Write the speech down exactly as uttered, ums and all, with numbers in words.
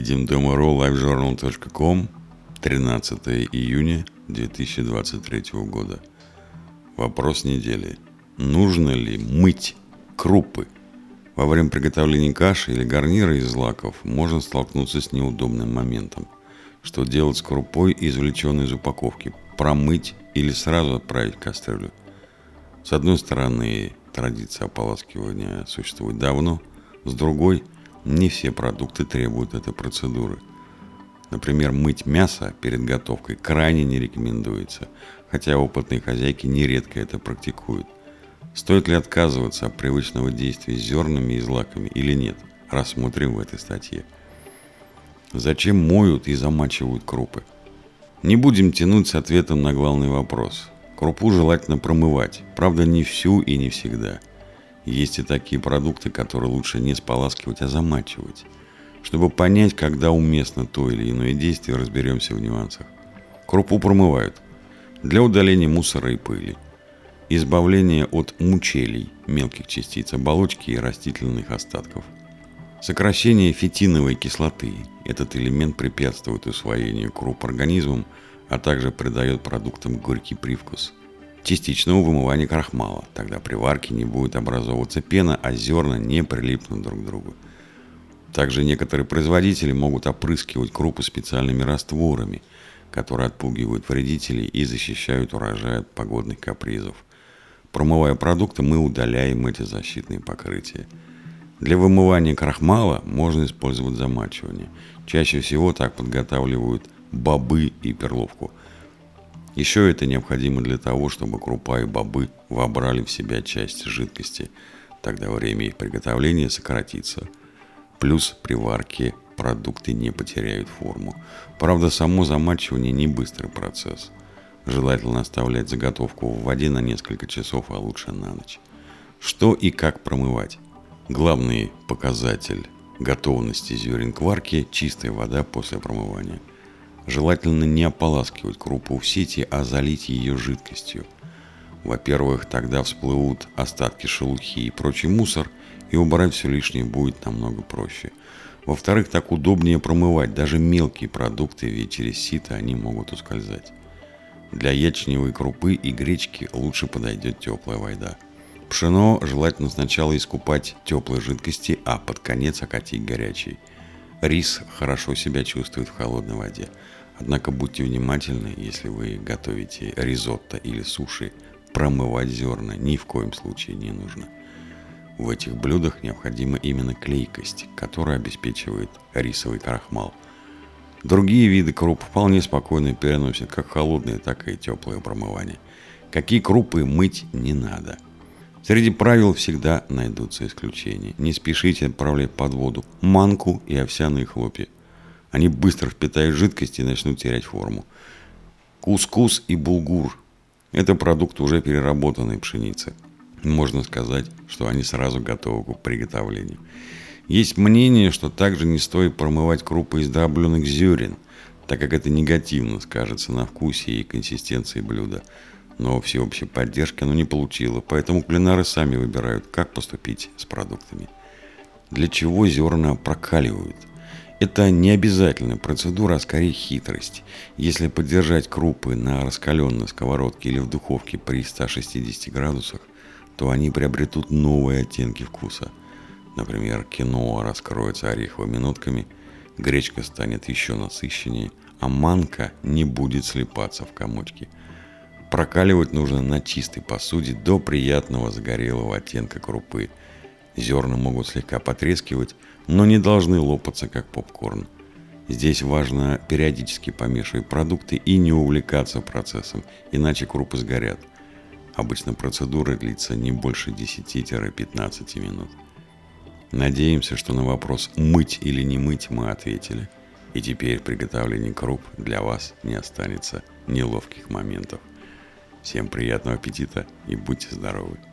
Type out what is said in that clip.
Едим дома ру лайв журнал точка ком, тринадцатое июня две тысячи двадцать третьего года. Вопрос недели. Нужно ли мыть крупы? Во время приготовления каши или гарнира из злаков можно столкнуться с неудобным моментом. Что делать с крупой, извлеченной из упаковки? Промыть или сразу отправить в кастрюлю? С одной стороны, традиция ополаскивания существует давно, с другой, не все продукты требуют этой процедуры. Например, мыть мясо перед готовкой крайне не рекомендуется, хотя опытные хозяйки нередко это практикуют. Стоит ли отказываться от привычного действия с зернами и злаками или нет? Рассмотрим в этой статье. Зачем моют и замачивают крупы? Не будем тянуть с ответом на главный вопрос. Крупу желательно промывать, правда не всю и не всегда. Есть и такие продукты, которые лучше не споласкивать, а замачивать. Чтобы понять, когда уместно то или иное действие, разберемся в нюансах. Крупу промывают для удаления мусора и пыли, избавления от мучелий, мелких частиц оболочки и растительных остатков, сокращение фитиновой кислоты. Этот элемент препятствует усвоению круп организмом, а также придает продуктам горький привкус. Частичного вымывания крахмала. Тогда при варке не будет образовываться пена, а зерна не прилипнут друг к другу. Также некоторые производители могут опрыскивать крупы специальными растворами, которые отпугивают вредителей и защищают урожай от погодных капризов. Промывая продукты, мы удаляем эти защитные покрытия. Для вымывания крахмала можно использовать замачивание. Чаще всего так подготавливают бобы и перловку. Еще это необходимо для того, чтобы крупа и бобы вобрали в себя часть жидкости. Тогда время их приготовления сократится. Плюс при варке продукты не потеряют форму. Правда, само замачивание не быстрый процесс. Желательно оставлять заготовку в воде на несколько часов, а лучше на ночь. Что и как промывать? Главный показатель готовности зерен к варке – чистая вода после промывания. Желательно не ополаскивать крупу в сети, а залить ее жидкостью. Во-первых, тогда всплывут остатки шелухи и прочий мусор, и убрать все лишнее будет намного проще. Во-вторых, так удобнее промывать даже мелкие продукты, ведь через сито они могут ускользать. Для ячневой крупы и гречки лучше подойдет теплая вода. Пшено желательно сначала искупать в теплой жидкости, а под конец окатить горячей. Рис хорошо себя чувствует в холодной воде. Однако будьте внимательны, если вы готовите ризотто или суши, промывать зерна ни в коем случае не нужно. В этих блюдах необходима именно клейкость, которая обеспечивает рисовый крахмал. Другие виды круп вполне спокойно переносят как холодное, так и теплое промывание. Какие крупы мыть не надо? Среди правил всегда найдутся исключения. Не спешите отправлять под воду манку и овсяные хлопья. Они быстро впитают жидкость и начнут терять форму. Кускус и булгур – это продукты уже переработанной пшеницы. Можно сказать, что они сразу готовы к приготовлению. Есть мнение, что также не стоит промывать крупы из дробленых зерен, так как это негативно скажется на вкусе и консистенции блюда. Но всеобщей поддержки оно не получило, поэтому кулинары сами выбирают, как поступить с продуктами. Для чего зерна прокаливают? Это не обязательная процедура, а скорее хитрость. Если поддержать крупы на раскаленной сковородке или в духовке при ста шестидесяти градусах, то они приобретут новые оттенки вкуса. Например, киноа раскроется ореховыми нотками, гречка станет еще насыщеннее, а манка не будет слипаться в комочки. Прокаливать нужно на чистой посуде до приятного загорелого оттенка крупы. Зерна могут слегка потрескивать, но не должны лопаться, как попкорн. Здесь важно периодически помешивать продукты и не увлекаться процессом, иначе крупы сгорят. Обычно процедура длится не больше десяти-пятнадцати минут. Надеемся, что на вопрос «мыть или не мыть» мы ответили. И теперь в приготовлении круп для вас не останется неловких моментов. Всем приятного аппетита и будьте здоровы!